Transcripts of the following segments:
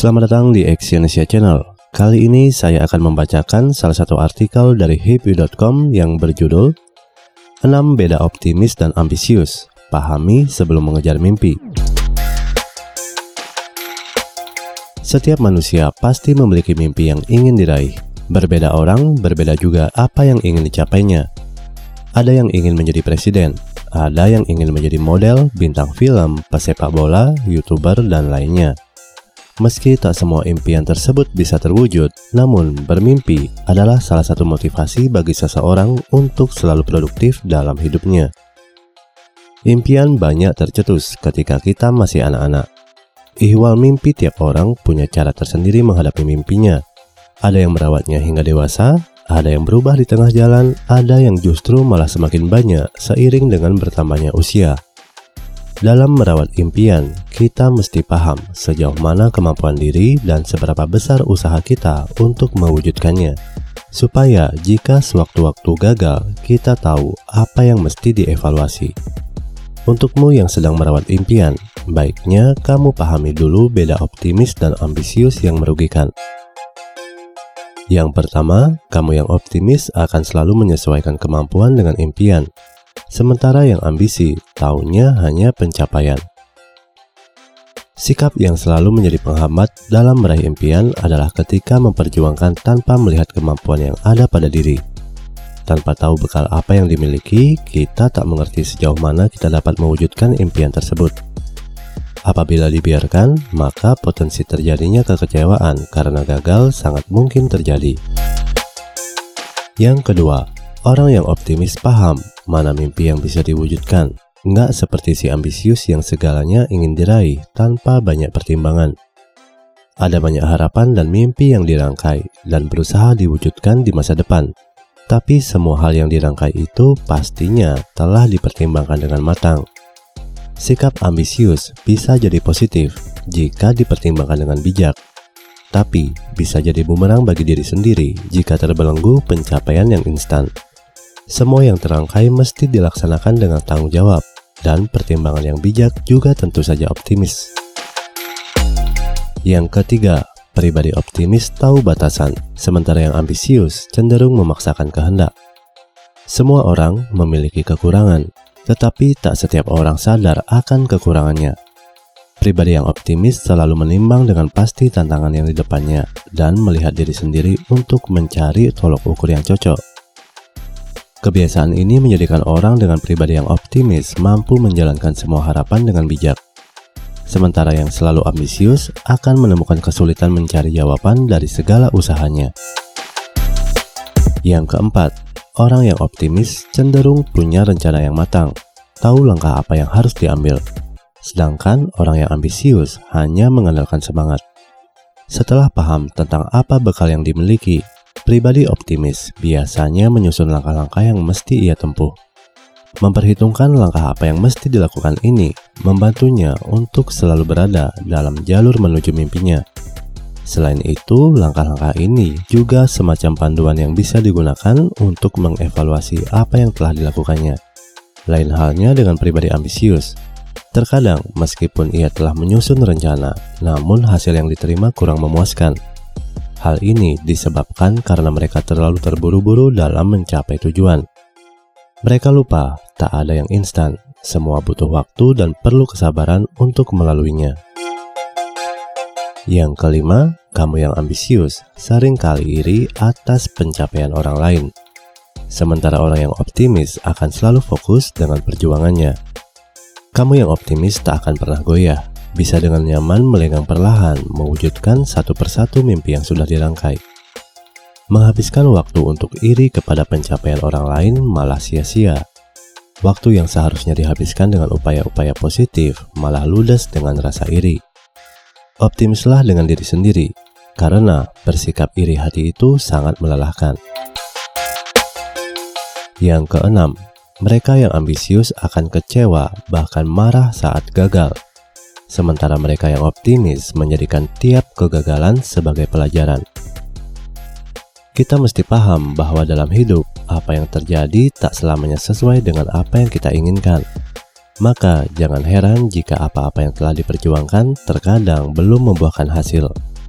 Selamat datang di Exyonesia Channel. Kali ini saya akan membacakan salah satu artikel dari happy.com yang berjudul 6 Beda Optimis dan Ambisius, Pahami Sebelum Mengejar Mimpi. Setiap manusia pasti memiliki mimpi yang ingin diraih. Berbeda orang, berbeda juga apa yang ingin dicapainya. Ada yang ingin menjadi presiden, ada yang ingin menjadi model, bintang film, pesepak bola, YouTuber, dan lainnya. Meski tak semua impian tersebut bisa terwujud, namun bermimpi adalah salah satu motivasi bagi seseorang untuk selalu produktif dalam hidupnya. Impian banyak tercetus ketika kita masih anak-anak. Ihwal mimpi tiap orang punya cara tersendiri menghadapi mimpinya. Ada yang merawatnya hingga dewasa, ada yang berubah di tengah jalan, ada yang justru malah semakin banyak seiring dengan bertambahnya usia. Dalam merawat impian, kita mesti paham sejauh mana kemampuan diri dan seberapa besar usaha kita untuk mewujudkannya. Supaya jika sewaktu-waktu gagal, kita tahu apa yang mesti dievaluasi. Untukmu yang sedang merawat impian, baiknya kamu pahami dulu beda optimis dan ambisius yang merugikan. Yang pertama, kamu yang optimis akan selalu menyesuaikan kemampuan dengan impian. Sementara yang ambisi, taunya hanya pencapaian. Sikap yang selalu menjadi penghambat dalam meraih impian adalah ketika memperjuangkan tanpa melihat kemampuan yang ada pada diri. Tanpa tahu bekal apa yang dimiliki, kita tak mengerti sejauh mana kita dapat mewujudkan impian tersebut. Apabila dibiarkan, maka potensi terjadinya kekecewaan karena gagal sangat mungkin terjadi. Yang kedua, orang yang optimis paham mana mimpi yang bisa diwujudkan, nggak seperti si ambisius yang segalanya ingin diraih tanpa banyak pertimbangan. Ada banyak harapan dan mimpi yang dirangkai dan berusaha diwujudkan di masa depan. Tapi semua hal yang dirangkai itu pastinya telah dipertimbangkan dengan matang. Sikap ambisius bisa jadi positif jika dipertimbangkan dengan bijak, tapi bisa jadi bumerang bagi diri sendiri jika terbelenggu pencapaian yang instan. Semua yang terangkai mesti dilaksanakan dengan tanggung jawab, dan pertimbangan yang bijak juga tentu saja optimis. Yang ketiga, pribadi optimis tahu batasan, sementara yang ambisius cenderung memaksakan kehendak. Semua orang memiliki kekurangan, tetapi tak setiap orang sadar akan kekurangannya. Pribadi yang optimis selalu menimbang dengan pasti tantangan yang di depannya dan melihat diri sendiri untuk mencari tolok ukur yang cocok. Kebiasaan ini menjadikan orang dengan pribadi yang optimis mampu menjalankan semua harapan dengan bijak. Sementara yang selalu ambisius akan menemukan kesulitan mencari jawaban dari segala usahanya. Yang keempat, orang yang optimis cenderung punya rencana yang matang, tahu langkah apa yang harus diambil. Sedangkan orang yang ambisius hanya mengandalkan semangat. Setelah paham tentang apa bekal yang dimiliki, pribadi optimis biasanya menyusun langkah-langkah yang mesti ia tempuh. Memperhitungkan langkah apa yang mesti dilakukan ini membantunya untuk selalu berada dalam jalur menuju mimpinya. Selain itu, langkah-langkah ini juga semacam panduan yang bisa digunakan untuk mengevaluasi apa yang telah dilakukannya. Lain halnya dengan pribadi ambisius. Terkadang, meskipun ia telah menyusun rencana, namun hasil yang diterima kurang memuaskan. Hal ini disebabkan karena mereka terlalu terburu-buru dalam mencapai tujuan. Mereka lupa, tak ada yang instan, semua butuh waktu dan perlu kesabaran untuk melaluinya. Yang kelima, kamu yang ambisius seringkali iri atas pencapaian orang lain. Sementara orang yang optimis akan selalu fokus dengan perjuangannya. Kamu yang optimis tak akan pernah goyah, bisa dengan nyaman melenggang perlahan mewujudkan satu persatu mimpi yang sudah dirangkai. Menghabiskan waktu untuk iri kepada pencapaian orang lain malah sia-sia. Waktu yang seharusnya dihabiskan dengan upaya-upaya positif malah ludes dengan rasa iri. Optimislah dengan diri sendiri, karena bersikap iri hati itu sangat melelahkan. Yang keenam, mereka yang ambisius akan kecewa bahkan marah saat gagal. Sementara mereka yang optimis menjadikan tiap kegagalan sebagai pelajaran. Kita mesti paham bahwa dalam hidup, apa yang terjadi tak selamanya sesuai dengan apa yang kita inginkan. Maka jangan heran jika apa-apa yang telah diperjuangkan terkadang belum membuahkan hasil.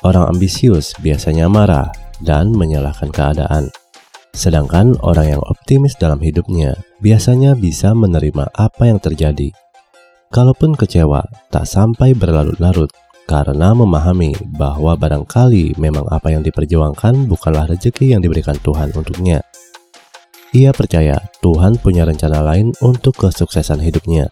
Orang ambisius biasanya marah dan menyalahkan keadaan. Sedangkan orang yang optimis dalam hidupnya biasanya bisa menerima apa yang terjadi. Kalaupun kecewa, tak sampai berlarut-larut karena memahami bahwa barangkali memang apa yang diperjuangkan bukanlah rezeki yang diberikan Tuhan untuknya. Ia percaya Tuhan punya rencana lain untuk kesuksesan hidupnya.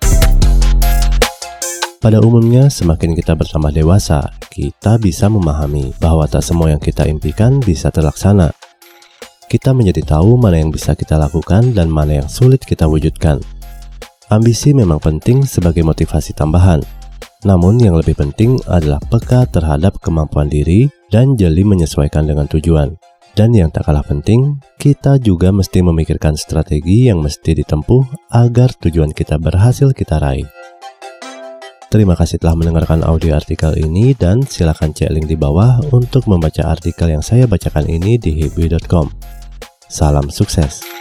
Pada umumnya, semakin kita bertambah dewasa, kita bisa memahami bahwa tak semua yang kita impikan bisa terlaksana. Kita menjadi tahu mana yang bisa kita lakukan dan mana yang sulit kita wujudkan. Ambisi memang penting sebagai motivasi tambahan. Namun yang lebih penting adalah peka terhadap kemampuan diri dan jeli menyesuaikan dengan tujuan. Dan yang tak kalah penting, kita juga mesti memikirkan strategi yang mesti ditempuh agar tujuan kita berhasil kita raih. Terima kasih telah mendengarkan audio artikel ini dan silakan cek link di bawah untuk membaca artikel yang saya bacakan ini di hibwi.com. Salam sukses!